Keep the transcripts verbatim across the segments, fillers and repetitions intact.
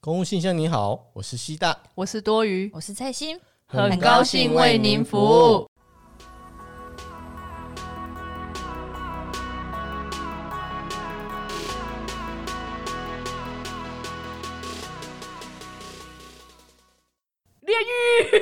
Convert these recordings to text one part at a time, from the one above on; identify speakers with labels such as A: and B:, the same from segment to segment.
A: 公务信箱你好，我是西大，
B: 我是多余，
C: 我是蔡心，
B: 很高兴为您服务。炼狱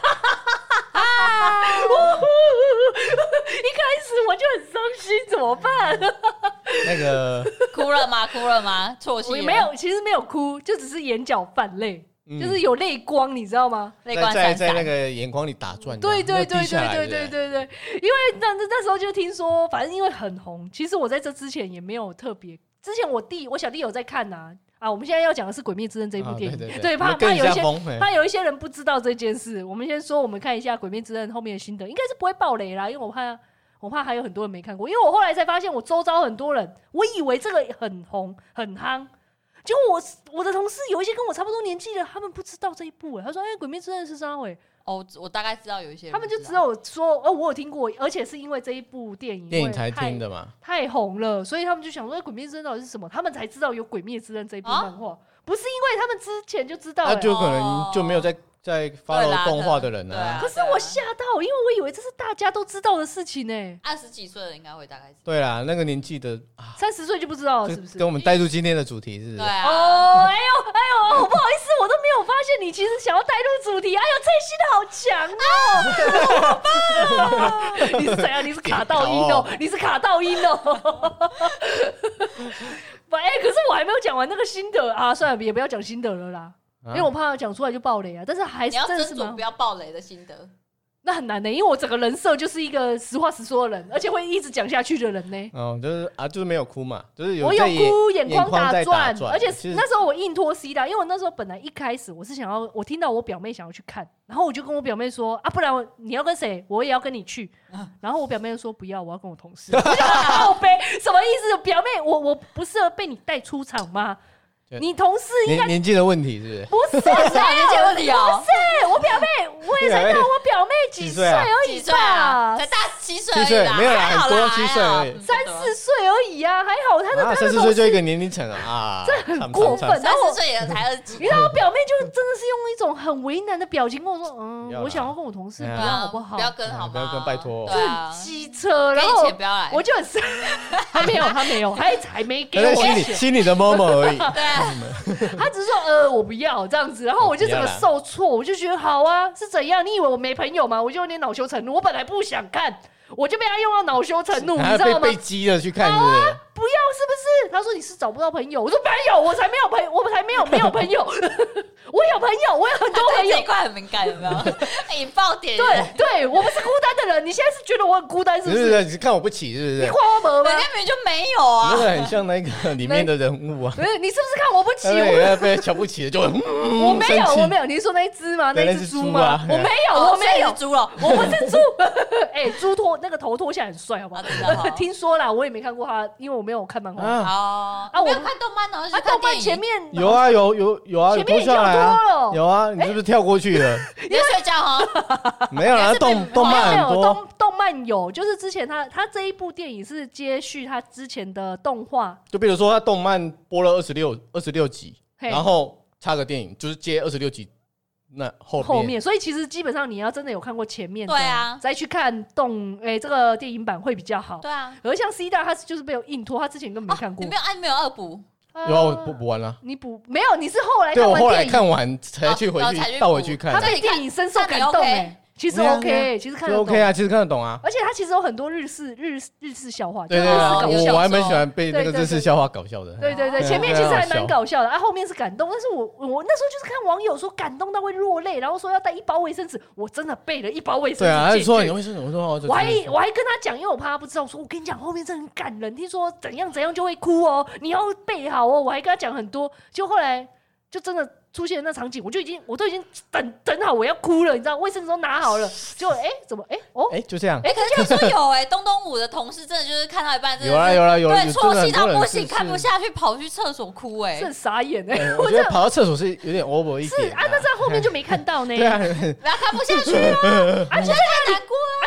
B: 一开始我就很伤心，怎么办？
A: 那个
C: 哭了吗？哭了吗？啜泣了？
B: 没有，其实没有哭，就只是眼角泛泪、嗯，就是有泪光，你知道吗？
C: 泪光
A: 在在那个眼眶里打转。
B: 对对对对对对对对，因为那那时候就听说，反正因为很红。其实我在这之前也没有特别，之前我弟我小弟有在看呐、啊。啊，我们现在要讲的是《鬼灭之刃》这部电影，啊、对, 对, 对, 对，怕怕有一些怕有一些人不知道这件事。我们先说，我们看一下《鬼灭之刃》后面的心得，应该是不会爆雷啦，因为我怕我怕还有很多人没看过。因为我后来才发现，我周遭很多人，我以为这个很红很夯，结果我我的同事有一些跟我差不多年纪的，他们不知道这一部、欸。他说：“哎、欸，《鬼灭之刃》是啥回？”
C: 哦，我大概知道有一些人，
B: 他们就只有说，哦，我有听过，而且是因为这一部电影，
A: 电影才听的嘛，
B: 太红了，所以他们就想说，欸，《鬼灭之刃》到底是什么？他们才知道有《鬼灭之刃》这一部漫画。啊，不是因为他们之前就知道、欸，
A: 那、啊、就可能就没有在在 follow 动画的人啊。
B: 啊可是我吓到，因为我以为这是大家都知道的事情呢、欸。
C: 二十几岁的应该会大概知道。
A: 对啦，那个年纪的
B: 三十岁就不知道了，是不是？
A: 跟我们带入今天的主题是不是？
C: 对啊。
B: 哦，哎呦哎呦，不好意思，我都没有发现你其实想要带入主题。哎呦，这心好强哦！啊、你是怎样？你是卡到音哦，你是卡到音哦。哎、欸，可是我还没有讲完那个心得啊，算了，也不要讲心得了啦，啊、因为我怕讲出来就爆雷啊。但是还是真的是
C: 你要斟酌不要爆雷的心得，
B: 那很难的、欸，因为我整个人设就是一个实话实说的人，而且会一直讲下去的人呢、欸。
A: 哦，就是啊，就是没有哭嘛，就是有
B: 我有哭，眼眶打转，
A: 转，
B: 而且那时候我硬拖 C 的，因为我那时候本来一开始我是想要，我听到我表妹想要去看，然后我就跟我表妹说啊，不然我你要跟谁，我也要跟你去。然后我表妹就说不要，我要跟我同事。我就好悲，什么意思？表妹，我我不适合被你带出场吗？你同事应该
A: 年, 年纪的问题是不
B: 是？不是年
C: 纪的问题哦，
B: 不是我表妹，我也才看我表妹几岁而已吧，
C: 才大七岁而已啦，
A: 没有啦，很多七岁而已，
B: 三四岁而已啊，还好他的
A: 三四岁就一个年龄层了啊，
B: 这很过分。
C: 三四岁也才二十几，
B: 你知道我表妹就真的是用一种很为难的表情跟我说，嗯，我想要跟我同事不要好不好？
C: 不要跟好吗？
A: 不要跟，拜托，
B: 这很机车，然后我就很生，还没有，他没有，还还没给我，
A: 心里心里的 moment 而已，
C: 对。
B: 他只是说呃我不要这样子，然后我就整个受挫，我就觉得好啊是怎样？你以为我没朋友吗？我就有点恼羞成怒，我本来不想看，我就被他用到恼羞成怒，你知道吗？
A: 被激了去看是不是？
B: 啊不要是不是？他说你是找不到朋友，我说没有，我才没有朋友，我才没有没有朋友，我有朋友，我有很多朋友。
C: 这一块很敏感，有没有？引爆点。
B: 对对，我不是孤单的人，你现在是觉得我很孤单是不是？
A: 是不是？你是看我不起是不是？
B: 你夸我吗？
C: 人家明明就没有啊，
A: 那个很像那个里面的人物啊。
B: 你是不是看我不起？
A: 我被瞧不起的就很，
B: 我没有，我没有。你是说那一只吗？那一只猪吗？我没有，我没有
C: 猪了，
B: 我不是猪。哎，猪脱那个头脱下来很帅，好不好？听说啦，我也没看过他，因为我没有看漫画。
C: 哦啊，我没有看动漫哦，
B: 啊，动漫前面
A: 有啊，有有有啊，
B: 前面已经有脱了，
A: 有啊，你是不是跳过去了？
C: 你在睡觉哈？
A: 没有啦，动动漫很多，
B: 动动漫有，就是之前他他这一部电影是接续他之前的动画，
A: 就比如说他动漫播了二十六二十六集，然后插个电影，就是接二十六集。那后 面,
B: 后面，所以其实基本上你要真的有看过前面的，
C: 对啊，
B: 再去看动诶、欸、这个电影版会比较好。
C: 对啊，
B: 而像 C 大他就是被我硬拖，他之前根本没看过。
C: 哦、你没有按没有二补？
B: 呃、
A: 有啊，我补补完了。
B: 你补没有？你是后来看完
A: 对，我后来看完才去回去倒回去看。
B: 他对电影深受感动哎、欸。其实 OK， 其实看得懂
A: OK 啊，其实看得懂啊。
B: 而且他其实有很多日式日日式笑话，
A: 对对对，我我还蛮喜欢被那个日式笑话搞笑的。
B: 对对对，前面其实还蛮搞笑的，啊，后面是感动。但是我我那时候就是看网友说感动到会落泪，然后说要带一包卫生纸，我真的备了一包卫生纸。
A: 对啊，他说你卫生纸，我说
B: 我还我还跟他讲，因为我怕他不知道，说我跟你讲后面真的很感人，听说怎样怎样就会哭哦，你要备好哦。我还跟他讲很多，就后来就真的。出现那场景，我就已经，我都已经等等好，我要哭了，你知道，卫生纸都拿好了，结果哎，怎么哎哦，
A: 哎就这样，
C: 哎，可是听说有哎，东东五的同事真的就是看到一半，
A: 有啦有啦有啦，
C: 对，啜泣到不行，看不下去，跑去厕所哭，哎，
B: 是很傻眼哎，
A: 我觉得跑到厕所是有点 over 一点，
B: 是啊，那这样后面就没看到呢，
A: 对啊，
C: 不要看不下去啊，
B: 啊就在那里，啊就在那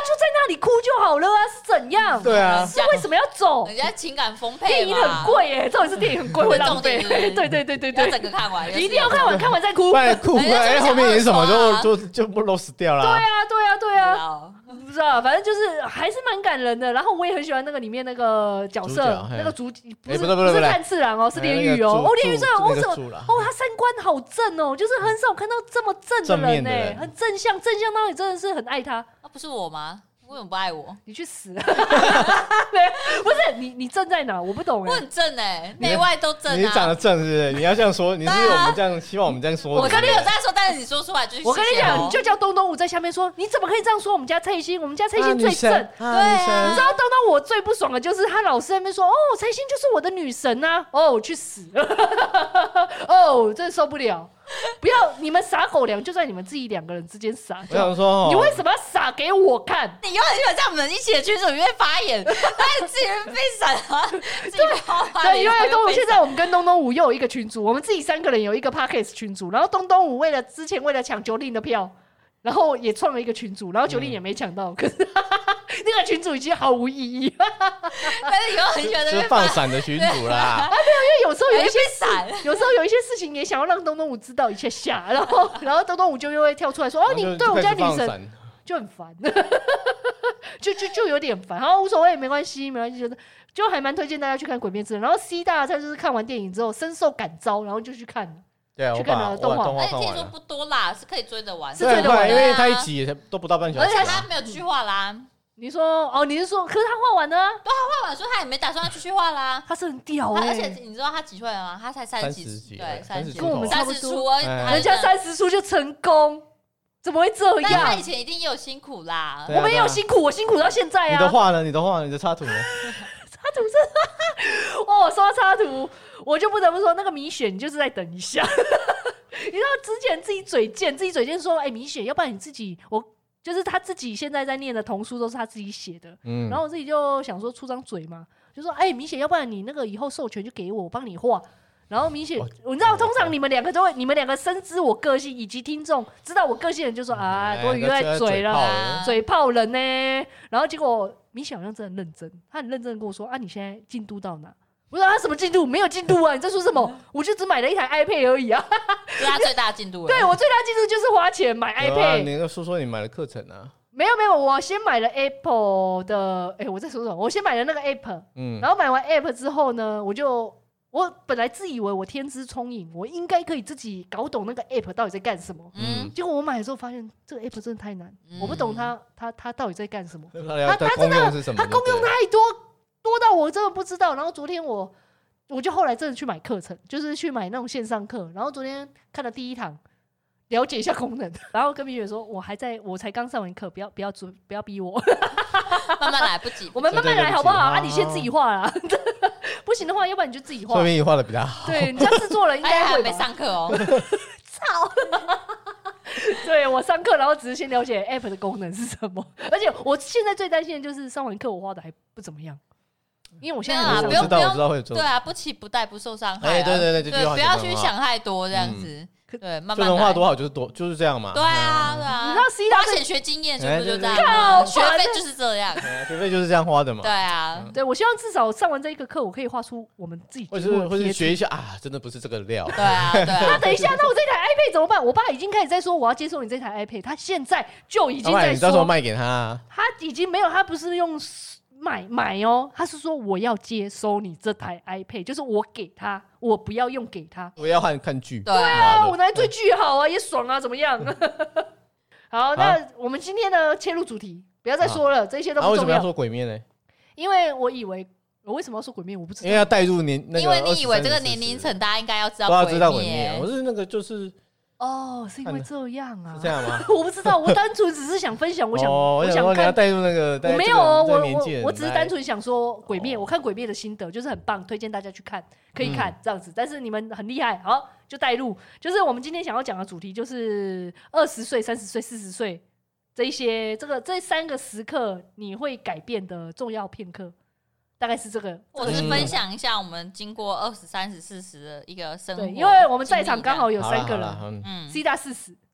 B: 让你哭就好了啊，是怎样？
A: 对啊，
B: 是为什么要走？
C: 人家情感丰沛，
B: 电影很贵耶，重点是电影很贵，会浪费。
C: 对
B: 对对对对对，
C: 要整个看完，
B: 一定要看完，看完再哭，
A: 不然哭，哎，后面演什么就就就不都死掉了。
B: 对啊，对啊，对啊。不知道，反正就是还是蛮感人的。然后我也很喜欢那个里面那个角色，那个主不是不是炭治郎哦，是炼狱哦。哦，炼狱这个为什么？哦，他三观好正哦，就是很少看到这么正的人呢，很正向，正向到你真的是很爱他。
C: 啊，不是我吗？为什么不爱我？
B: 你去死！不是你，你正在哪？我不懂哎。
C: 我很正哎，内外都正啊。
A: 你长得正是不是？你要这样说，你是我们这样希望我们这样说。
C: 我跟你有这样说，但是你说出来就是。
B: 我跟你讲，你就叫东东武在下面说，你怎么可以这样说我们家蔡欣？我们家蔡欣最正。
C: 对啊。
B: 你知道东东我最不爽的就是他老是在那边说，哦，蔡欣就是我的女神啊！哦，去死！哦，真的受不了。不要你们撒狗粮，就在你们自己两个人之间撒。
A: 我想说，
B: 你为什么要撒给我看？
C: 你永远就在我们一起的群组里面发言，但是自己人被闪啊，自己抛发。
B: 对，因为东现在我们跟东东武又有一个群组，我们自己三个人有一个 podcast 群组，然后东东武为了之前为了抢九令的票，然后也创了一个群组，然后九令也没抢到，嗯、可是那个群组已经毫无意义。
C: 但是以后很喜欢那边
A: 放闪的群组啦。
B: 啊，没有，因为有时候有一些闪，有时候有一些事情也想要让东东武知道一下下，然后然后东东武就又会跳出来说：“哦，你对我们家女神就很烦，就就就有点烦。”好，无所谓，没关系，没关系，就是就还蛮推荐大家去看《鬼灭之刃》。然后 C 大他就是看完电影之后深受感召，然后就去看了。
A: 对啊，
B: 去看了动画，
C: 而且听说不多啦，是可以追得完，
B: 是追得完，
A: 因为他一集也都不到半小时，
C: 而且他没有继续画啦。
B: 你说哦，你是说，可是他画完了、啊，
C: 对，他画完，所以他也没打算要继续画啦。
B: 他是很屌哎、欸，
C: 而且你知道他几岁了吗？他才三十几，对，三十
B: 跟我们差不多。
A: 人
B: 家三十出就成功，怎么会这样？
C: 但他以前一定也有辛苦啦。
B: 我们也有辛苦，我辛苦到现在啊。
A: 你的画呢？你的画，你的插图呢？
B: 插图是哦，说到插图，我就不得不说那个米雪，你就是再等一下。你知道之前自己嘴贱，自己嘴贱说，哎、欸，米雪，要不然你自己我。就是他自己现在在念的童书都是他自己写的，嗯，然后我自己就想说出张嘴嘛，就说哎，米雪，要不然你那个以后授权就给我，我帮你画。然后米雪，你知道通常你们两个都会，你们两个深知我个性，以及听众知道我个性的人就说啊，多余在嘴了，嘴炮人呢。然后结果米雪好像真的认真，他很认真的跟我说啊，你现在进度到哪？我说他什么进度？没有进度啊！你在说什么？我就只买了一台 iPad 而已啊！
C: 这是他最大进度了。
B: 对我最大进度就是花钱买 iPad。
A: 你要说说你买的课程啊？
B: 没有没有，我先买了 Apple 的，哎、欸，我在说什么？我先买了那个 App， 嗯，然后买完 App 之后呢，我就我本来自以为我天资聪颖，我应该可以自己搞懂那个 App 到底在干什么，嗯，结果我买的时候发现这个 App 真的太难，嗯、我不懂它它它到底在干什么，它它真的它功用太多。多到我真的不知道，然后昨天我我就后来真的去买课程，就是去买那种线上课，然后昨天看了第一堂，了解一下功能，然后跟米雪说，我还在我才刚上完课，不要不要不要逼我，
C: 慢慢来，不急，
B: 我们慢慢来好不好？啊，你先自己画啦，不行的话，要不然你就自己画，
A: 说明你画的比较好，
B: 对，你家制作人应该会
C: 没上课哦，
B: 操。对我上课，然后只是先了解 App 的功能是什么，而且我现在最担心的就是上完课我画的还不怎么样。因为我现在
A: 啊，不用不用，
C: 对啊，不起不带不受伤害、啊。
A: 哎、欸，对对对，
C: 对，不要去想太多这样子。嗯、对，慢慢
A: 就能画多好就是多，就是这样嘛。
C: 对啊，对啊。
B: 你知道 C 大
C: 花钱学经验，是不是就这样吗？学费就是这样，
A: 学费就是这样花的嘛。
C: 对啊，
B: 对我希望至少上完这一个课，我可以画出我们自己
A: 或者或者学一下啊，真的不是这个料。
C: 对啊，对啊。
B: 那等一下，那我这台 iPad 怎么办？我爸已经开始在说我要接受你这台 iPad， 他现在就已经在说，
A: 你到时候卖给他。
B: 他已经没有，他不是用。买买哦，他是说我要接收你这台 iPad， 就是我给他，我不要用给他，
A: 我要看看剧。
B: 对啊，我拿来追剧好啊，也爽啊，怎么样？好，那我们今天呢切入主题，不要再说了，这些都不重要。
A: 为什么要说鬼灭呢？
B: 因为我以为我为什么要说鬼灭，我不知道，
A: 因为要带入年，
C: 因为你以为这个年龄层大家应该要知道，
A: 都要知道鬼灭。我是那个就是。
B: 哦，是因为这样啊？
A: 是这样吗？
B: 我不知道，我单纯只是想分享，我想，
A: 哦、
B: 我想看，
A: 你要带入那个，
B: 我没有哦，我我我只是单纯想说鬼灭，我看鬼灭的心得就是很棒，推荐大家去看，可以看、嗯、这样子。但是你们很厉害，好就带入，就是我们今天想要讲的主题就是二十岁、三十岁、四十岁这一些这个这三个时刻你会改变的重要片刻。大概是这个，
C: 我是分享一下我们经过二十三十四十的一个生活，
B: 对，因为我们在场刚好有三个人，
A: 嗯
B: ，C 大四十，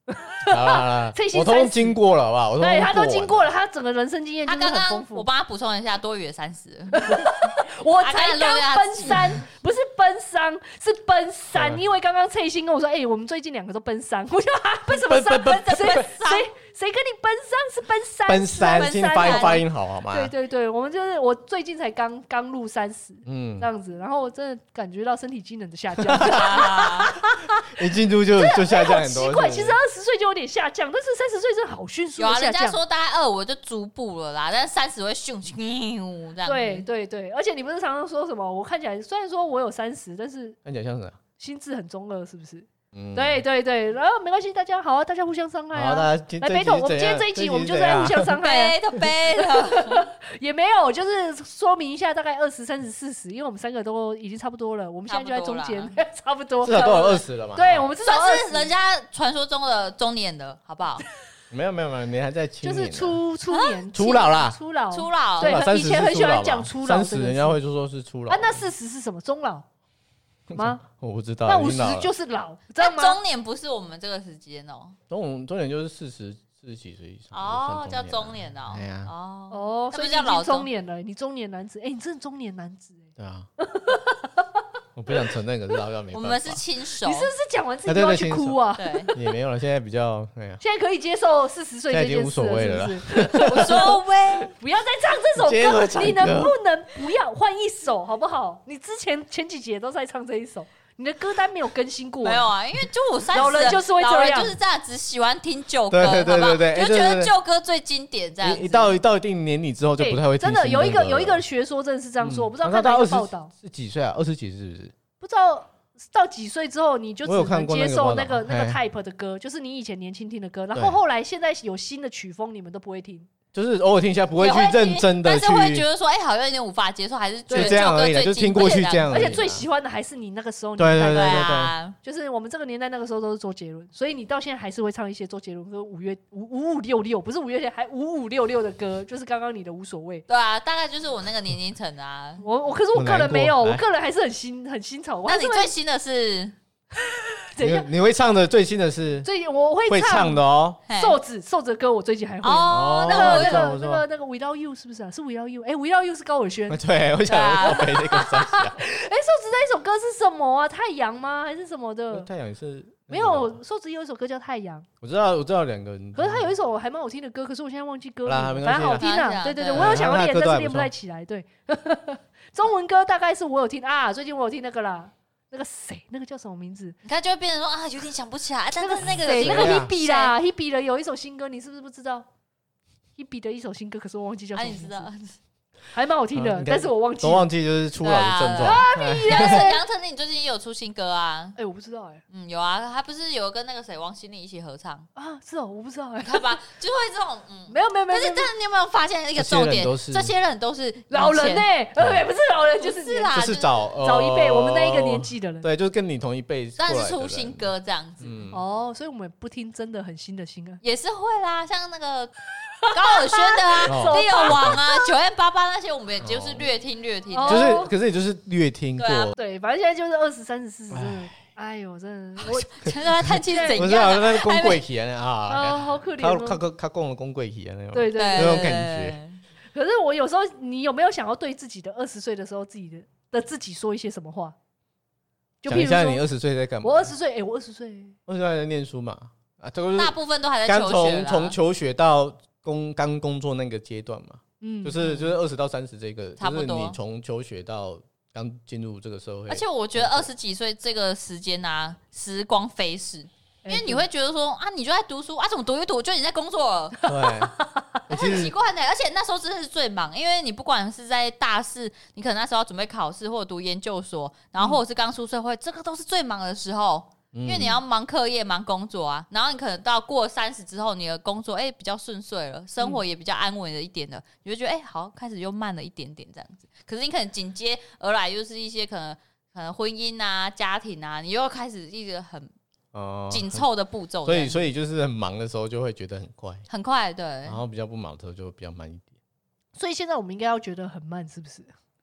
A: 好了好了，我都经过了，好不好？我
B: 对他都经过了，他整个人生经验就是很丰富。
C: 我帮他补充一下，多余的三十。
B: 我才刚奔三，不是奔三，是奔三。因为刚刚翠欣跟我说，哎、欸，我们最近两个都奔三，我就啊，奔什么三？奔谁谁谁跟你奔三？是奔三，
A: 奔三，请发音发音好好吗？
B: 对对对，我们就是我最近才刚刚入三十，嗯，这样子，然后我真的感觉到身体机能的下降，
A: 一进入就就下降很多。
B: 奇怪，其实二十岁就有点下降，但是三十岁真的好迅速的下降。
C: 有啊，人家说大概二五就逐步了啦，但是三十会咻咻这样。
B: 对对对，而且你不是常常说什么？我看起来虽然说我有三十，但是
A: 看起来像什么？
B: 心智很中二，是不是？嗯，对对对，然后没关系，大家好啊，大家互相伤害啊。来 battle， 我们今天这一集我们就在互相伤害、啊。
C: battle battle
B: 也没有，就是说明一下，大概二十、三十、四十，因为我们三个都已经差不多了，我们现在就在中间，差不多。
A: 至少都有二十了嘛？
B: 对，我们至少
C: 算是人家传说中的中年的，好不好？
A: 没有没有没有，你还在青年、啊，
B: 就是初初年、
A: 初老啦，
B: 初老
C: 初老。
B: 对，以前很喜欢讲初老，
A: 三十人家会就说是初老。
B: 啊，那四十是什么？中老吗？
A: 我不知道。
B: 那五十就是老，知道吗？
C: 中年不是我们这个时间哦，
A: 中中年就是四十四十几岁以上
C: 哦，叫中年哦。
A: 哎呀，
B: 哦哦，所以叫老中年了。你中年男子，哎，你真的中年男子哎。
A: 对啊。我不想承认，可是好像没办法。
C: 我们是亲手。
B: 你是不是讲完自己就要去哭啊？
C: 对，
A: 也没有了。现在比较，哎呀，
B: 现在可以接受四十岁这件事，
A: 无所谓了。
C: 无所谓，
B: 不要再唱这首歌，你能不能不要换一首好不好？你之前前几节都在唱这一首。你的歌单没有更新过？
C: 没有啊，因为就我三十，
B: 老人就是会这样，
C: 就是这样，只喜欢听旧歌，
A: 对对对对，
C: 就觉得旧歌最经典。这样，
A: 一到一到一定年龄之后就不太会听。
B: 真的有一个有一个学说真的是这样说，我不知道看哪个报道
A: 是几岁啊？二十几是不是？
B: 不知道到几岁之后你就只能接受那个那个 type 的歌，就是你以前年轻听的歌，然后后来现在有新的曲风，你们都不会听。就是
A: 偶尔听一下，不会去认真的去，
C: 但是会觉得说，哎、欸，好像有点无法接受，还是觉得
A: 这样而已，就听过去这样。
B: 而且最喜欢的还是你那个时候年
A: 代，对对对对
B: 对，就是我们这个年代那个时候都是周杰伦，所以你到现在还是会唱一些周杰伦和五月五五五六六，不是五月天，还五五六六的歌，就是刚刚你的无所谓。
C: 对啊，大概就是我那个年龄层啊。
B: 我我可是我个人没有，我个人还是很新很新潮。
C: 那你最新的是？
A: 你, 你会唱的最新的是
B: 最近我会
A: 会唱的哦，
B: 瘦子瘦子的歌我最近还会
C: 哦，
B: 那个那个那个那个 Without You 是不是啊？是 Without You， 哎 ，Without You 是高尔宣，
A: 对，我想要背那个三小。哎，瘦
B: 子那一首歌是什么啊？太阳吗？还是什么的？
A: 太阳也是
B: 没有，瘦子有一首歌叫太阳，
A: 我知道我知道两个人，
B: 可是他有一首还蛮好听的歌，可是我现在忘记歌名，
A: 反
B: 正好听啊，对对对，我有想要练，但是练不太起来。对，中文歌大概是我有听啊，最近我有听那个啦。那个谁，那个叫什么名字？
C: 你看就会变成说啊，有点想不起来。但是那个
B: 谁，那个 Hebe 啦 ，Hebe 的有一首新歌，你是不是不知道 ？Hebe 的一首新歌，可是我忘记叫什么名字。啊，你知道？还蛮好听的，但是我忘记。
A: 都忘记就是初老的症状。
C: 杨丞琳，你最近也有出新歌啊？
B: 哎，我不知道哎。
C: 嗯，有啊，他不是有跟那个谁王心凌一起合唱
B: 啊？是哦，我不知道哎。
C: 看吧，就会这种嗯，
B: 没有没有没有。
C: 但是但是你有没有发现一个重点？这些人都是
B: 老人哎，呃，不是老人，就是
C: 是啦，
A: 就是早
B: 早一辈，我们那一个年纪的人。
A: 对，就是跟你同一辈，
C: 但是出新歌这样子。
B: 哦，所以我们不听真的很新的新歌，
C: 也是会啦，像那个。高尔宣的啊，利友王啊，九 M 八八那些，我们也就是略听略听，
A: 就是，可是也就是略听过。
B: 对，反正现在就是二十三十四十，真的，哎呦，真的，我
C: 现在叹气是怎样？
A: 不是啊，那是公贵体啊，
B: 啊，好可怜，
A: 他他他供了公贵体啊那种，
B: 对对，
A: 那种感觉。
B: 可是我有时候，你有没有想要对自己的二十岁的时候，自己的的自己说一些什么话？
A: 就比如说你二十岁在干嘛？
B: 我二十岁，哎，我二十岁，
A: 二十岁在念书嘛，啊，
C: 大部分都还在求学，
A: 从从求学到。工刚工作那个阶段嘛，嗯，就是就是二十到三十这个，
C: 差不多。
A: 就是你从求学到刚进入这个社会，
C: 而且我觉得二十几岁这个时间啊，时光飞逝，因为你会觉得说啊，你就在读书啊，怎么读一读就已经在工作了，
A: 对，
C: 很奇怪的。而且那时候真的是最忙，因为你不管是在大四，你可能那时候要准备考试或者读研究所，然后或者是刚出社会，这个都是最忙的时候。因为你要忙课业、忙工作啊，然后你可能到过三十之后，你的工作哎、欸、比较顺遂了，生活也比较安稳了一点了，你就觉得哎、欸、好，开始又慢了一点点这样子。可是你可能紧接而来又是一些可能可能婚姻啊、家庭啊，你又开始一个很紧凑的步骤、哦。
A: 所以所以就是很忙的时候就会觉得很快，
C: 很快对。
A: 然后比较不忙的时候就比较慢一点。
B: 所以现在我们应该要觉得很慢，是不是？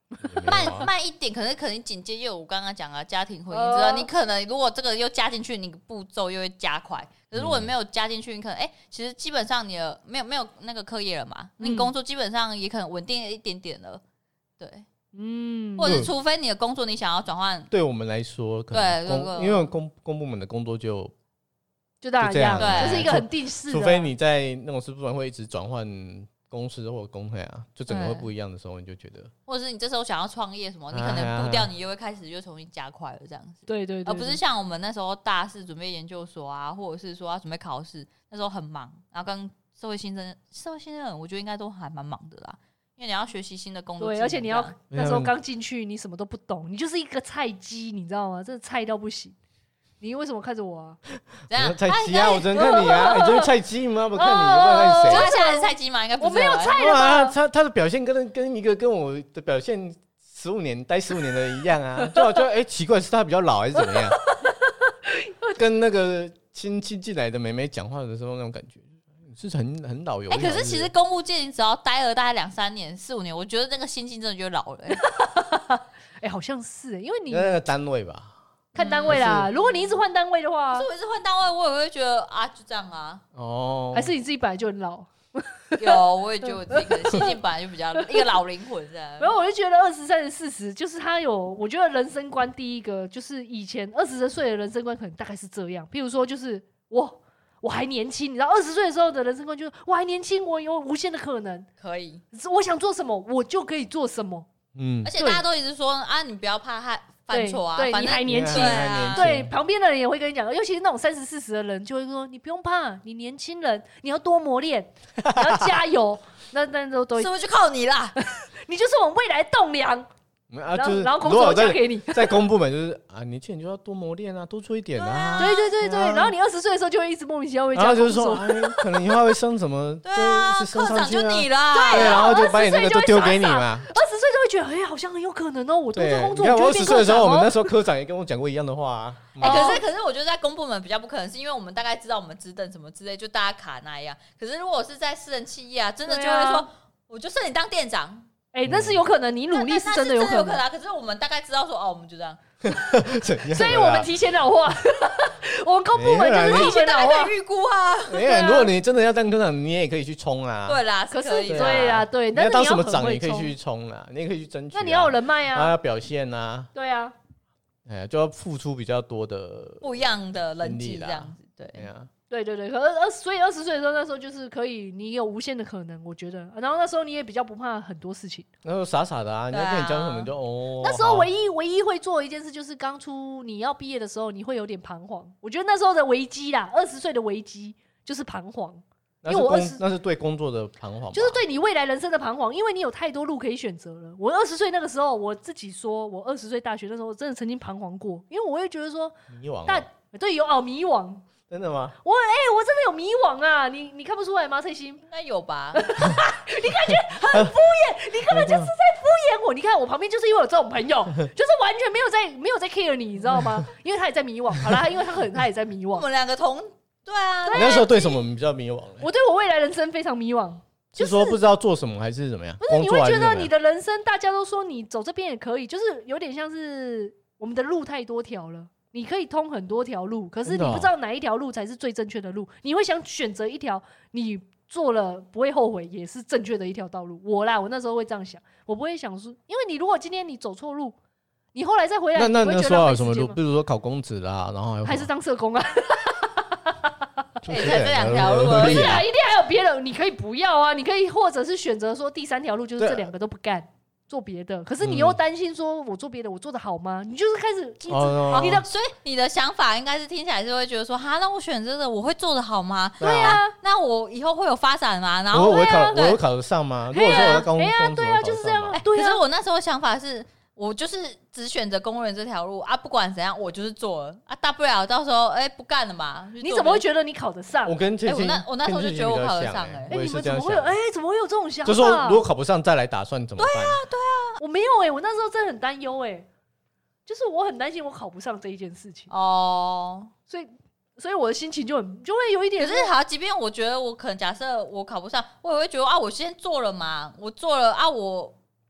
C: 慢慢一点，可是可能紧接又我刚刚讲了家庭婚姻，知道你可能如果这个又加进去，你步骤又会加快。可是如果你没有加进去，你可能哎、欸，其实基本上你的没有没有那个课业了嘛，你工作基本上也可能稳定一点点了，对，嗯，或者是除非你的工作你想要转换，
A: 对我们来说，可能
C: 对，对
A: 因为公公部门的工作就。
B: 就大家一样，
C: 就
B: 是一个很定式的。
A: 除非你在那种师部门会一直转换公司或者工会啊，就整个会不一样的时候，你就觉得，
C: 或者是你这时候想要创业什么，你可能步调你又会开始又重新加快了这样子。
B: 对对对，
C: 而不是像我们那时候大四准备研究所啊，或者是说要准备考试，那时候很忙，然后跟社会新生、社会新生人，我觉得应该都还蛮忙的啦。因为你要学习新的工作，
B: 对，而且你要那时候刚进去，你什么都不懂，你就是一个菜鸡，你知道吗？真的菜到不行。你为什么看着我啊？
A: 怎样？菜鸡啊！我只能看你啊！你这是菜鸡吗？不看你，不看谁？
C: 他现在是菜鸡吗？应该不是。
B: 我没有菜了吧？
A: 他他的表现跟跟一个跟我的表现十五年待十五年的一样啊！就好像哎，奇怪，是他比较老还是怎么样？跟那个新新进来的妹妹讲话的时候那种感觉，是很很老油。
C: 哎，可是其实公务界你只要待了大概两三年、四五年，我觉得那个心境真的就老了。
B: 哎，好像是，因为你
A: 那个单位吧。
B: 看单位啦，嗯、如果你一直换单位的话，
C: 是我一直换单位，我也会觉得啊，就这样啊。
A: 哦，
B: 还是你自己本来就很老？
C: 有，我也觉得我自己可能心境本来就比较一个老灵魂这样。
B: 然后我就觉得二十三十四十，就是他有，我觉得人生观第一个就是以前二十岁的人生观可能大概是这样，譬如说就是我我还年轻，你知道二十岁的时候的人生观就是我还年轻，我有无限的可能，
C: 可以，
B: 我想做什么我就可以做什么。
A: 嗯，
C: 而且大家都一直说啊，你不要怕害。犯错啊，
B: 对，你还年轻，对，旁边的人也会跟你讲，尤其是那种三十四十的人，就会说你不用怕，你年轻人，你要多磨练，你要加油，那那都都
C: 是不是就靠你啦？
B: 你就是我们未来栋梁。
A: 啊，就是
B: 然后工作交给你，
A: 在公部门就是啊，年轻人就要多磨练啊，多做一点啊。
B: 对对对对，然后你二十岁的时候就会一直莫名其妙会这样，
A: 然后就是说，可能以后会升什么，
C: 对啊，科长就你啦，
A: 对，然后就把你那个都丢给你嘛。
B: 二十岁就会觉得，哎，好像很有可能哦，我多做工作。
A: 你看我二十岁的时候，我们那时候科长也跟我讲过一样的话啊。
C: 哎，可是可是我觉得在公部门比较不可能，是因为我们大概知道我们职等什么之类，就大家卡那样。可是如果是在私人企业啊，真的就会说，我就设你当店长。
B: 哎、欸，那是有可能，你努力是真的有可能，
C: 有可能、啊。可是我们大概知道说，哦，我们就这样，
B: 所以我们提前老化，我们公部门就是提前老化，
C: 预估啊。
A: 没有，如果你真的要当科长，你也可以去冲啊。
C: 对啦，
B: 可是
C: 对
B: 啦，对，
A: 你要当什么长，你可以去冲啦，你也可以去争取、啊。
B: 那你要有人脉啊，
A: 要表现啊。
B: 对啊，
A: 哎，就要付出比较多的
C: 不一样的人际这样子，对。
B: 对啊对对对，可是二所以二十岁的时候，那时候就是可以，你有无限的可能，我觉得。然后那时候你也比较不怕很多事情。
A: 那时候傻傻的啊，你要跟你讲什么就哦。
B: 那时候唯一唯一会做的一件事，就是刚出你要毕业的时候，你会有点彷徨。我觉得那时候的危机啦，二十岁的危机就是彷徨。
A: 因为我二十那是对工作的彷徨，
B: 就是对你未来人生的彷徨，因为你有太多路可以选择了。我二十岁那个时候，我自己说，我二十岁大学那时候真的曾经彷徨过，因为我会觉得说
A: 迷惘、
B: 大对有哦迷惘。
A: 真的吗？
B: 我哎、欸，我真的有迷惘啊！你你看不出来吗？蔡心
C: 应该有吧？
B: 你感觉很敷衍，你根本就是在敷衍我。你看我旁边就是因为有这种朋友，就是完全没有在没有在 care 你，你知道吗？因为他也在迷惘。好啦，因为他可能他也在迷惘。
C: 我们两个同对啊，
A: 你那时候对什么比较迷惘？
B: 我对我未来人生非常迷惘，
A: 就是说不知道做什么还是怎么样？
B: 不是，你会觉得你的人生，大家都说你走这边也可以，就是有点像是我们的路太多条了。你可以通很多条路，可是你不知道哪一条路才是最正确的路。你会想选择一条你做了不会后悔，也是正确的一条道路。我啦，我那时候会这样想，我不会想说，因为你如果今天你走错路，你后来再回来，
A: 那那
B: 那
A: 说有什么路？比如说考公职啦，然后还
B: 还是当社工啊？
C: 哎，才这两条路而已
B: 啊，一定还有别的，你可以不要啊，你可以或者是选择说第三条路，就是这两个都不干。做别的，可是你又担心说，我做别的，我做的好吗？你就是开始一直、
A: 哦、
B: 你的，
C: 所以你的想法应该是听起来是会觉得说，哈，那我选这个我会做的好吗？
B: 对啊，
C: 那我以后会有发展吗？然后
A: 我会考，我会考得上吗？如果说我在公公职，
B: 对啊，就是这样。
C: 对，可是我那时候想法是。我就是只选择公务员这条路啊，不管怎样，我就是做了啊，大不了到时候哎、欸、不干了嘛。
B: 你怎么会觉得你考得上？
A: 我跟倩倩、
C: 欸，我那我那时候就觉得我考得上哎、
A: 欸，我也是这样想。
B: 哎、欸，怎么会有这种想法？
A: 就说如果考不上再来打算怎么办？
C: 对啊，对啊，
B: 我没有哎、欸，我那时候真的很担忧哎，就是我很担心我考不上这一件事情哦，所以所以我的心情就很就会有一点。
C: 可是好，即便我觉得我可能假设我考不上，我也会觉得啊，我先做了嘛，我做了啊我。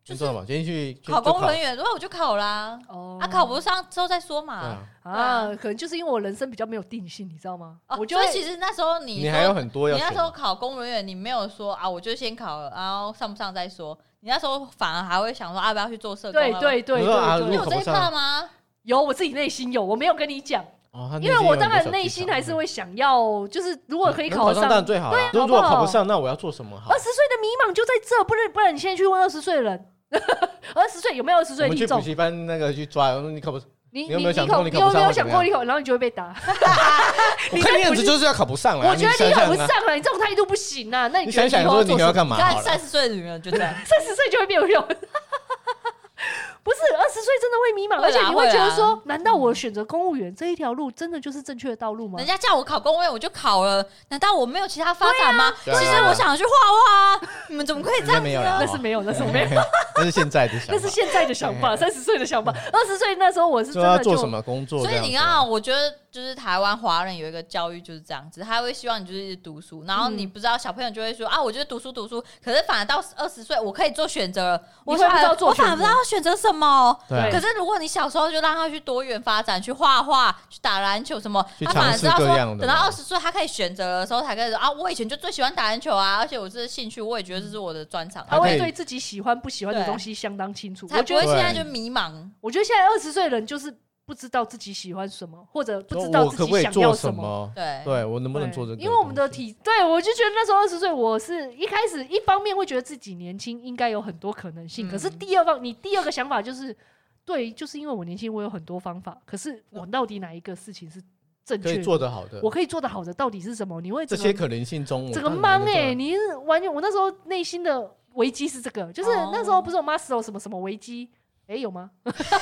A: 就是什么？进去
C: 考公务人员，然后我就考啦。哦，啊，考不上之后再说嘛。
B: 啊，可能就是因为我人生比较没有定性，你知道吗？我
C: 觉得其实那时候你
A: 你还有很多要，
C: 你那时候考公务人员，你没有说啊，我就先考了，然后上不上再说。你那时候反而还会想说，要不要去做社工？
B: 对对对对，
C: 你有这一趴吗？
B: 有，我自己内心有，我没有跟你讲。哦、因为我当然内心还是会想要，就是如果可以考上，
A: 当然最好、啊。对、啊，如果考不上，那我要做什么好？
B: 二十岁的迷茫就在这，不然不然你现在去问二十岁的人，二十岁有没有二十岁的听众？
A: 我们去补习班那个去抓，你考不？
B: 你
A: 你有没有想过
B: 你
A: 考不上？
B: 你有没有想过你考，然后你就会被打？
A: 我看你样子就是要考不上了。
B: 我觉得你考不上了，你这种态度不行啊！那
A: 你想想说你要干嘛？
C: 你看三十岁的女人就这样，
B: 三十岁就会没有用。不是二十岁真的会迷茫，而且你会觉得说，难道我选择公务员这一条路真的就是正确的道路吗？
C: 人家叫我考公务员，我就考了，难道我没有其他发展吗？其实我想去画画啊，你们怎么可以这样子呢？
B: 那是没有，那是没有，
A: 那是现在的想法，
B: 那是现在的想法，三十岁的想法。二十岁那时候我是真的
A: 做什么工作？
C: 所以你看，我觉得就是台湾华人有一个教育就是这样子，他会希望你就是一直读书，然后你不知道小朋友就会说啊，我觉得读书读书，可是反而到二十岁我可以做选择了，我
B: 不知道做选择，
C: 我反而不知道选择什么。
A: 对。
C: 可是如果你小时候就让他去多元发展，去画画、去打篮球什么，
A: 他
C: 反而知道说，等到二十岁他可以选择的时候，才可以说啊，我以前就最喜欢打篮球啊，而且我这是兴趣，我也觉得这是我的专长。
B: 他会对自己喜欢不喜欢的东西相当清楚，
C: 才不会现在就迷茫。
B: 我觉得现在二十岁的人就是不知道自己喜欢什么，或者不知道自己想要什么。
A: 对，对我能不能做这个？
B: 因为我们的体，对我就觉得那时候二十岁，我是一开始一方面会觉得自己年轻，应该有很多可能性。嗯、可是第二方，你第二个想法就是，对，就是因为我年轻，我有很多方法。可是我到底哪一个事情是正确的？
A: 可以做得好的，
B: 我可以做得好的到底是什么？你会
A: 这些可能性中，
B: 整个懵哎，你完全我那时候内心的危机是这个，就是那时候不是有 Maslow 什么什么危机。哎、欸，有吗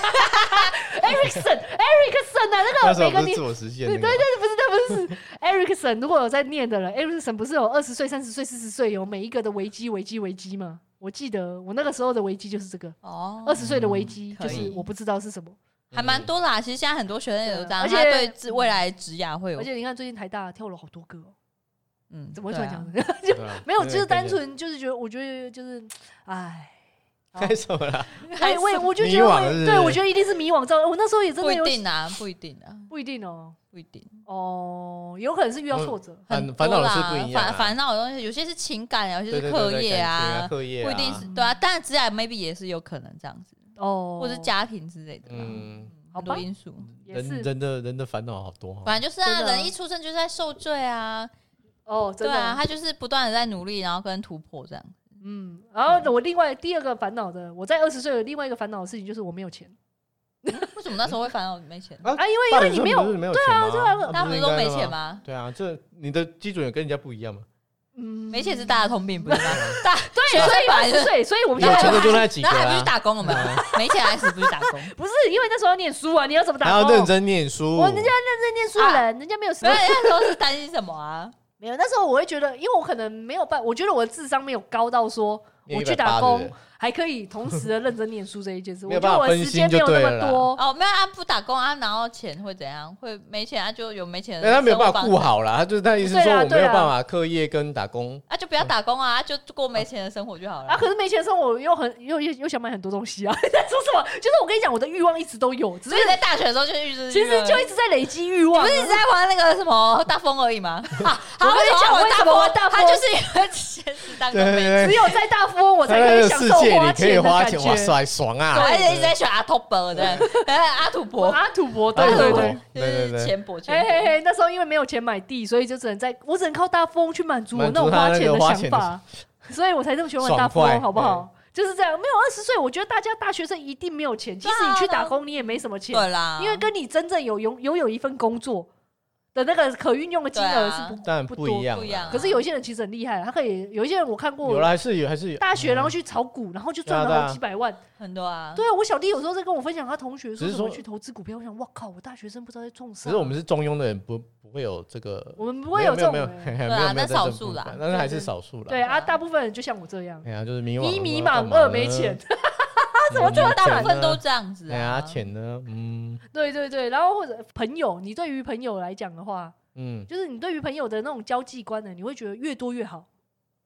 B: ？Erikson，Erikson 啊，那个每个你
A: 自我实现、
B: 那個，对对对，不是，那不是 Erikson。如果有在念的人 ，Erikson 不是有二十岁、三十岁、四十岁，有每一个的危机、危机、危机吗？我记得我那个时候的危机就是这个哦，二十岁的危机就是我不知道是什么，
C: 还蛮多啦。其实现在很多学生也都这样，而且对未来职涯会有。
B: 而且你看最近台大跳了好多个、哦，嗯，怎么会突然讲这个？就没有，就是单纯就是觉得，我觉得就是，哎。
A: 开什么啦？
B: 哎，我我就觉得，对我觉得一定是迷惘症。我那时候也真的有
C: 不一定啊，不一定啊，
B: 不一定哦，
C: 不一定
B: 哦，有可能是遇到挫折，
A: 很烦恼是不一样，
C: 烦烦恼的东西，有些是情感，有些是课业啊，
A: 课业
C: 不一定是对啊。当然，职业 maybe 也是有可能这样子哦，或是家庭之类的，嗯，很多因素。
A: 人人的人的烦恼好多，
C: 反正就是啊，人一出生就是在受罪啊，
B: 哦，对
C: 啊，他就是不断的在努力，然后跟突破这样。
B: 嗯，然后我另外第二个烦恼的，我在二十岁的另外一个烦恼的事情就是我没有钱。
C: 为什么那时候会烦恼没钱
B: 啊？因为因为你没有，对啊，对啊，
C: 大家不是都没钱吗？
A: 对啊，这你的基准有跟人家不一样吗？
C: 嗯，没钱是大家通病，不是吗？大
B: 对，所以二十岁，所以我们
A: 有钱的就那几个，
C: 那还不去打工了吗？没钱还是不去打工？
B: 不是，因为那时候要念书啊，你要怎么打工？
A: 还要认真念书。
B: 我人家认真念书的人，人家没有什么。
C: 那时候是担心什么啊？
B: 没有，那时候我会觉得，因为我可能没有办，我觉得我的智商没有高到说我去打工还可以同时的认真念书这一件事。我觉得我的时间没有那么多。
C: 哦，没有啊，不打工啊，拿到钱会怎样？会没钱啊，就有没钱的。
A: 他没有办法顾好啦，他就是他意思说我没有办法课业跟打工，
C: 啊，就不要打工啊，就过没钱的生活就好了。
B: 啊，可是没钱的生活又很又又又想买很多东西啊。在说什么？就是我跟你讲，我的欲望一直都有，只
C: 是在大学的时候就一直，
B: 其实就一直在累积欲望。
C: 不是一直在玩那个什么大风而已吗？啊，
B: 我跟你讲，为什么玩大风？
C: 他就是因为先是当个妹，
B: 只有在大风我才可以享受花钱的感觉。
A: 哇塞，爽啊！
C: 而且一直在选阿土伯的，阿土伯，
B: 阿土伯，对对对
C: 对对，钱伯钱。
B: 嘿嘿嘿，那时候因为没有钱买地，所以就只能在我只能靠大富翁去满足我那种花钱的想法，所以我才这么喜欢玩大富翁，好不好？就是这样。没有二十岁，我觉得大家大学生一定没有钱，即使你去打工，你也没什么钱，
C: 对啦，
B: 因为跟你真正有拥拥有一份工作的那个可运用的金额是不
A: 但不一样，
B: 可是有一些人其实很厉害，他可以有一些人我看过，
A: 有还是有还是有
B: 大学然后去炒股，然后就赚了好几百万，
C: 很多啊。
B: 对啊，我小弟有时候在跟我分享他同学说怎么去投资股票，我想哇靠，我大学生不知道在种啥。
A: 可是我们是中庸的人，不不会有这个，
B: 我们不会有这种，
A: 没有
C: 对啊，那少数啦，
A: 但是还是少数啦。
B: 对啊，大部分人就像我这样，
A: 哎呀，就是迷茫，
B: 一迷茫，二没钱。
C: 怎么这么大部分都这样子啊？
A: 哎呀，钱呢？嗯，
B: 对对对，然后或者朋友，你对于朋友来讲的话。嗯，就是你对于朋友的那种交际观呢，你会觉得越多越好。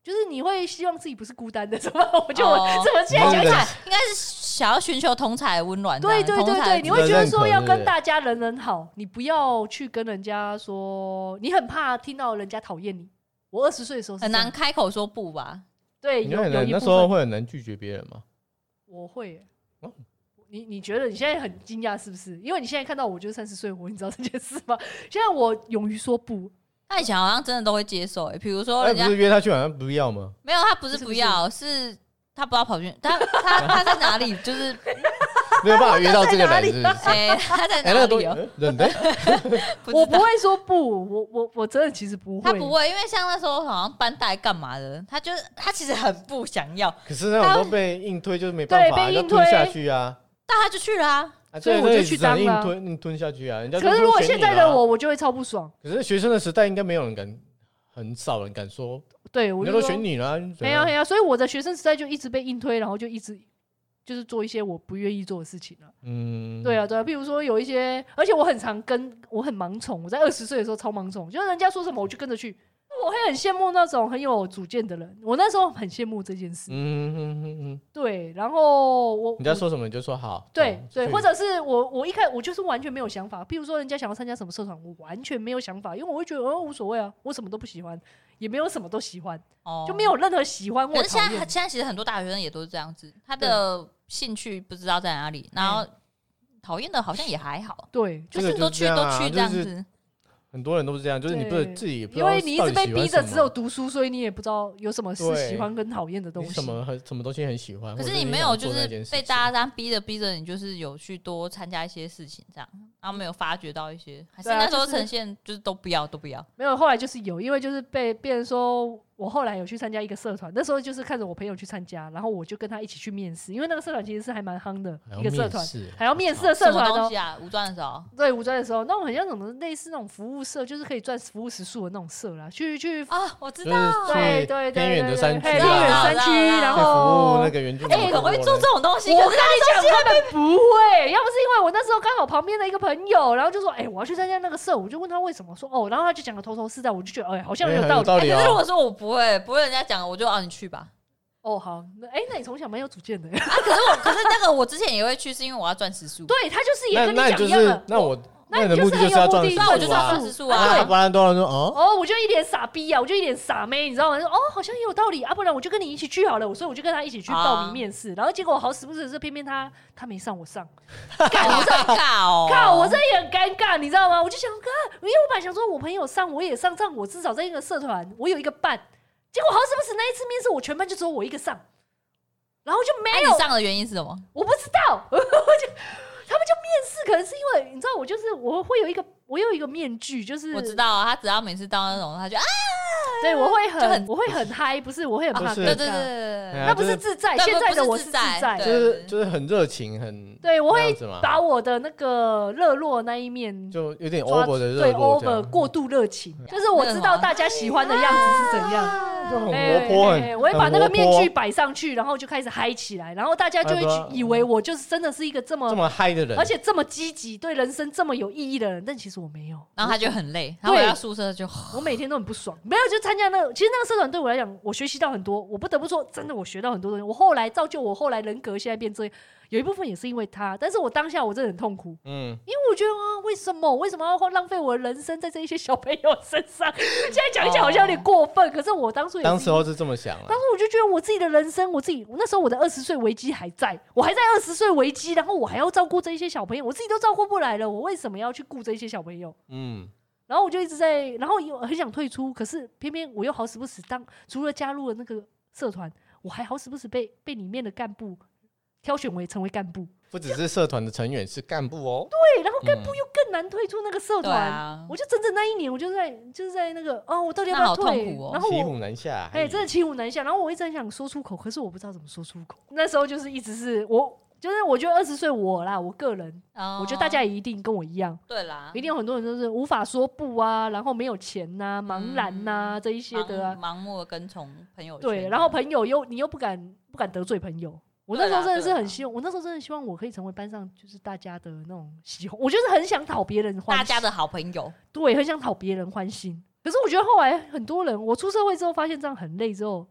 B: 就是你会希望自己不是孤单的，什么？我就我怎么现在讲起来，
C: 应该是想要寻求同侪温暖。
B: 对对对对，你会觉得说要跟大家人人好，你不要去跟人家说，你很怕听到人家讨厌你。我二十岁的时候
C: 很难开口说不吧？
B: 对，有有一
A: 那时候会很难拒绝别人吗？
B: 我会、欸哦，你你觉得你现在很惊讶是不是？因为你现在看到我就是三十岁我，你知道这件事吗？现在我勇于说不。
C: 他以前好像真的都会接受、欸，比如说人家
A: 不是约他去晚上不要吗？
C: 没有，他不是不要，是, 是, 是他不知道跑去他他他在哪里，就是
A: 没有办法约到这个人，是不是？
C: 哎、欸，他在哪里、喔？
A: 人的
B: 我不会说不，我我我真的其实不会，
C: 他不会，因为像那时候好像班带干嘛的，他就是他其实很不想要，
A: 可是那种都被硬推，就是没办法，要吞下去啊。
C: 但他就去了啊。
A: 啊、
B: 所以我就去当了，
A: 硬吞硬吞下去啊！人家
B: 可是如果现在的我，我就会超不爽。
A: 可是学生的时代，应该没有人敢，很少人敢说，
B: 对，我就
A: 都选你了。
B: 没有没有，所以我的学生时代就一直被硬推，然后就一直就是做一些我不愿意做的事情了。嗯，对啊对啊，譬如说有一些，而且我很常跟我很盲从，我在二十岁的时候超盲从，就是人家说什么我就跟着去。我会很羡慕那种很有主见的人，我那时候很羡慕这件事。嗯嗯嗯嗯，对。然后我
A: 人家说什么你就说好，
B: 对对，或者是我我一开我就是完全没有想法。譬如说人家想要参加什么社团，我完全没有想法，因为我会觉得哦无所谓啊，我什么都不喜欢，也没有什么都喜欢，哦、就没有任何喜欢或讨厌。
C: 可是现在现在其实很多大学生也都是这样子，他的兴趣不知道在哪里，然后讨厌的好像也还好，
B: 对，
C: 就是都去都去这样子。
A: 很多人都是这样，就是你不是自己也不知道，
B: 因为你一直被逼着只有读书，所以你也不知道有什么是喜欢跟讨厌的东西。
A: 什么什么东西很喜欢？
C: 可是你没有就是被大家这样逼着逼着，你就是有去多参加一些事情，这样，然后没有发觉到一些，还是那时候呈现就是都不要都不要。
B: 没有，后来就是有，因为就是被别人说。我后来有去参加一个社团，那时候就是看着我朋友去参加，然后我就跟他一起去面试，因为那个社团其实是还蛮夯的一个社团，还要面试的社团哦。
C: 什么东西啊？五专的时候？
B: 对，五专的时候，那种很像什么类似那种服务社，就是可以赚服务时数的那种社啦。去去
C: 啊，我知道，
B: 对对对，
A: 偏远的山区，
B: 偏远山区，然后
A: 服务那个原住民。
C: 哎，很会做这种东西。
B: 我跟你讲，他们不会，要不是因为我那时候刚好旁边的一个朋友，然后就说，哎，我要去参加那个社，我就问他为什么，说哦，然后他就讲了头头是道，我就觉得，哎，好像有道理。
C: 可是如果说我不会，不会人家讲，我就让你去吧。
B: 哦，好，那哎、欸，那你从小蛮有主见的啊。
C: 可是我，可是那个我之前也会去，是因为我要赚时数。
B: 对，他就是也跟你讲一样的。
A: 那我
B: 那
A: 你的目的就是要赚时数啊，
C: 我就赚时数啊。
A: 不然多人说哦
B: 哦，我就一脸傻逼啊，我就一脸傻妹，你知道吗？说哦，好像也有道理啊，不然我就跟你一起去好了。所以我就跟他一起去报名面试，然后结果好死不死是偏偏他他没上，我上，
C: 好尴尬哦！
B: 靠，我这也很尴尬，你知道吗？我就想，看，因为我本来想说我朋友上我也上，这样我至少在一个社团我有一个伴。结果好死不死那一次面试，我全班就只有我一个上，然后就没有。
C: 你上的原因是什么？
B: 我不知道，我就他们就面试，可能是因为你知道，我就是我会有一个，我有一个面具，就是
C: 我知道啊，他只要每次到那种，他就啊，
B: 对我会很，很我会很嗨，不是我会很怕，
C: 对对对，
B: 那不是自在，现在的我是自在，
A: 就是就是很热情，很
B: 对我会把我的那个热络那一面，
A: 就有点 over 的热
B: 对 over 过度热情，就是我知道大家喜欢的样子是怎样。
A: 就很活泼，很
B: 我会把那个面具摆上去，然后就开始嗨起来，然后大家就会以为我就是真的是一个这么
A: 这么嗨的人，
B: 而且这么积极，对人生这么有意义的人。但其实我没有，
C: 然后他就很累，他回到宿舍就
B: 我每天都很不爽。没有就参加那个，其实那个社团对我来讲，我学习到很多。我不得不说，真的我学到很多东西。我后来造就我后来人格现在变这样。有一部分也是因为他，但是我当下我真的很痛苦，嗯，因为我觉得啊，为什么为什么要浪费我的人生在这一些小朋友身上？现在讲一讲好像有点过分，可是我当初也是
A: 当时候是这么想，
B: 当时我就觉得我自己的人生，我自己那时候我的二十岁危机还在，我还在二十岁危机，然后我还要照顾这一些小朋友，我自己都照顾不来了，我为什么要去顾这一些小朋友？嗯。然后我就一直在，然后又很想退出，可是偏偏我又好死不死当除了加入了那个社团，我还好死不死被被里面的干部挑选为成为干部。
A: 不只是社团的成员，是干部哦。
B: 对，然后干部又更难退出那个社团。嗯啊、我就整整那一年，我就在就是在那个哦，我到底要不要退？
C: 哦、
B: 然后
A: 骑虎难下，
B: 哎，真的骑虎难下。然后我一直很想说出口，可是我不知道怎么说出口。那时候就是一直是我，就是我觉得二十岁我啦，我个人，哦、我觉得大家也一定跟我一样，
C: 对啦，
B: 一定有很多人都是无法说不啊，然后没有钱呐、啊，茫然呐、啊、这一些的、啊，
C: 盲目的跟从朋友圈。
B: 对，然后朋友又你又不敢不敢得罪朋友。我那时候真的是很希望，我那时候真的希望我可以成为班上就是大家的那种喜欢，我就是很想讨别人欢心，
C: 大家的好朋友，
B: 对，很想讨别人欢心。可是我觉得后来很多人，我出社会之后发现这样很累之后，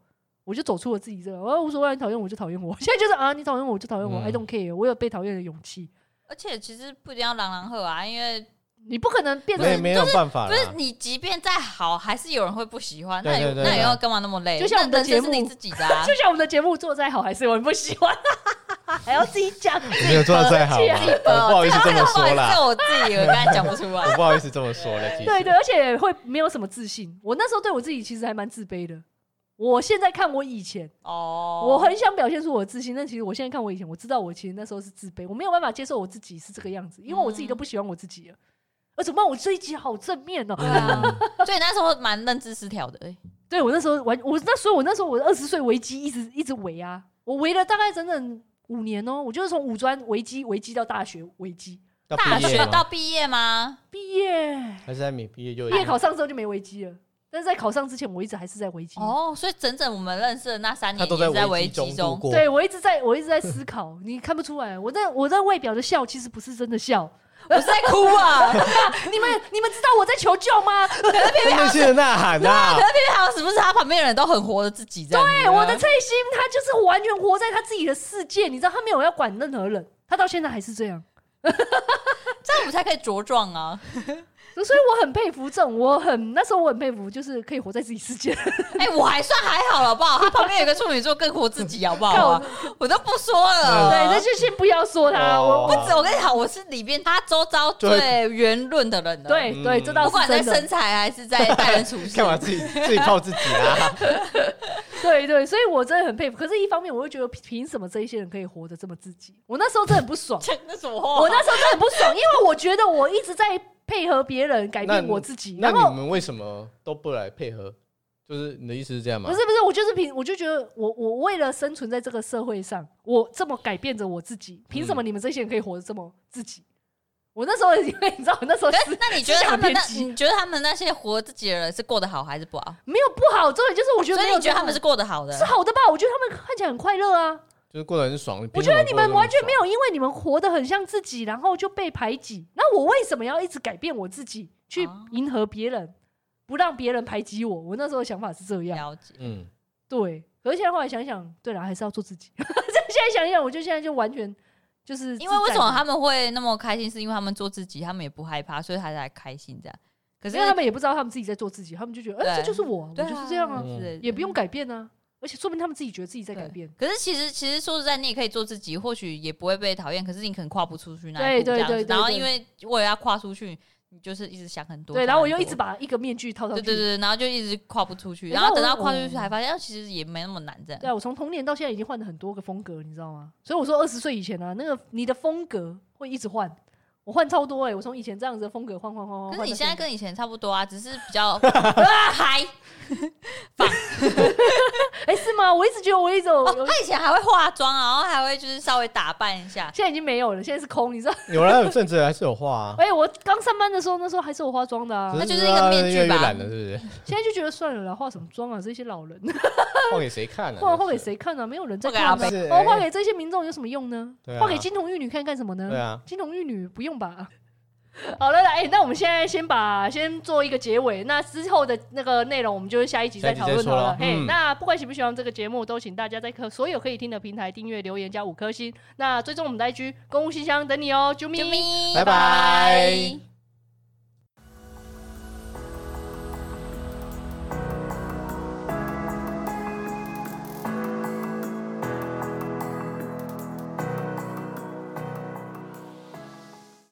B: 我就走出了自己这个，我无所谓，你讨厌我就讨厌我。现在就是啊，你讨厌我我就讨厌我、嗯、，I don't care， 我有被讨厌的勇气。
C: 而且其实不一定要狼狼喝啊，因为
B: 你不可能变成
A: 没有办法，
C: 不是你即便再好，还是有人会不喜欢。
A: 对对对，
C: 那你要干嘛那么累？
B: 就像我们的节目
C: 是你自己的、啊，
B: 就像我们的节目做再好，还是有人不喜欢，还要自己讲。
A: 没有做的再好，我不好意思这么说啦。
C: 这我自己我刚才讲不出来，
A: 我不好意思这么说了。其实
B: 对对，而且会没有什么自信。我那时候对我自己其实还蛮自卑的。我现在看我以前，哦，我很想表现出我的自信，但其实我现在看我以前，我知道我其实那时候是自卑，我没有办法接受我自己是这个样子，因为我自己都不喜欢我自己了。而怎么办？我这一集好正面哦、喔！
C: 对啊，所以那时候蛮认知失调的、欸。
B: 对我那时候完，我那所以我那时候我二十岁危机一直一直围啊，我围了大概整整五年哦、喔。我就是从五专危机危机到大学危机，
C: 大学到毕业吗？
B: 毕业
A: 还是在没毕业就
B: 毕业考上之后就没危机了。但是在考上之前，我一直还是在危机
C: 哦，所以整整我们认识的那三年，他都在危机中。
B: 对，我一直在，我一直在思考，你看不出来，我在我在外表的笑，其实不是真的笑，
C: 我是在哭啊！
B: 你们你们知道我在求救吗？
A: 内心的呐喊啊！
C: 可是偏偏好像是不是他旁边的人都很活着自己这样？
B: 对，我的翠心，他就是完全活在他自己的世界，你知道，他没有要管任何人，他到现在还是这样，
C: 这样我们才可以茁壮啊！
B: 所以我很佩服这种，我很那时候我很佩服，就是可以活在自己世界。
C: 哎、欸，我还算还好了，好不好？他旁边有个处女座更活自己，好不好、啊？我都不说了。
B: 对，那就先不要说他。
A: 哦、
B: 我
C: 不止，我跟你讲，我是里边他周遭最圆润的人。
B: 对对，这倒是真的。
C: 不管在身材还是在待人处事，
A: 干嘛自己自己靠自己啊？
B: 对对，所以我真的很佩服。可是，一方面我会觉得，凭什么这一些人可以活得这么自己？我那时候真的很不爽。
C: 那什么话？
B: 我那时候真的很不爽，因为我觉得我一直在配合别人改变我自己。
A: 那
B: 然后
A: 你们为什么都不来配合？就是你的意思是这样吗？
B: 不是不是，我就是凭我就觉得我我为了生存在这个社会上，我这么改变着我自己，凭什么你们这些人可以活得这么自己？嗯、我那时候因为你知道，我那时候是
C: 那你觉得他们那你觉得他们那些活自己的人是过得好还是不好？
B: 没有不好，重点就是我觉得没有，
C: 所以你觉得他们是过得好的，
B: 是好的吧？我觉得他们看起来很快乐啊。
A: 就是过得很爽。
B: 我觉得你们完全没有，因为你们活得很像自己，然后就被排挤。那我为什么要一直改变我自己，去迎合别人，不让别人排挤我？我那时候的想法是这样。
C: 了解，
A: 嗯，
B: 对。可是现在后来想想，对啦，还是要做自己。现在想一想，我就现在就完全就是
C: 因为为什么他们会那么开心，是因为他们做自己，他们也不害怕，所以他才开心这样。可是
B: 因为他们也不知道他们自己在做自己，他们就觉得，哎、欸，这就是我，我就是这样啊，
C: 嗯、
B: 也不用改变啊。而且说明他们自己觉得自己在改变。
C: 可是其实其实说实在，你也可以做自己，或许也不会被讨厌。可是你可能跨不出去那一步，这样子。对对对对对。然后因为为了要跨出去，你就是一直想很多。
B: 对，然后我又一直把一个面具套上去。
C: 对对对，然后就一直跨不出去。然后等到跨出去，才发现其实也没那么难这样。
B: 对啊，我从童年到现在已经换了很多个风格，你知道吗？所以我说二十岁以前啊，那个你的风格会一直换。我换超多哎、欸！我从以前这样子的风格换换换换。
C: 可是你现在跟以前差不多啊，只是比较嗨放。
B: 哎、欸，是吗？我一直觉得我一种、
C: 哦，他以前还会化妆啊，然后还会就是稍微打扮一下。
B: 现在已经没有了，现在是空，你知道？
A: 有啦，有阵子还是有化啊。
B: 哎、欸，我刚上班的时候，那时候还是有化妆的啊。
C: 那就是一个面具吧。
A: 越来越懒了，是不是？
B: 现在就觉得算了啦，化什么妆啊？这些老人
A: 化给谁看啊？
B: 化化给谁看啊？没有人在看啊。哦，化给这些民众有什么用呢？化、啊、给金童玉女看干什么呢？
A: 对啊，
B: 金童玉女不用吧？好了，哎、欸，那我们现在先把先做一个结尾，那之后的那个内容我们就是下一集再讨论好了。嘿、嗯，那不管喜不喜欢这个节目，都请大家在所有可以听的平台订阅、留言加五颗星。那追踪我们的 I G 公务信箱等你哦，啾咪，
A: 拜拜。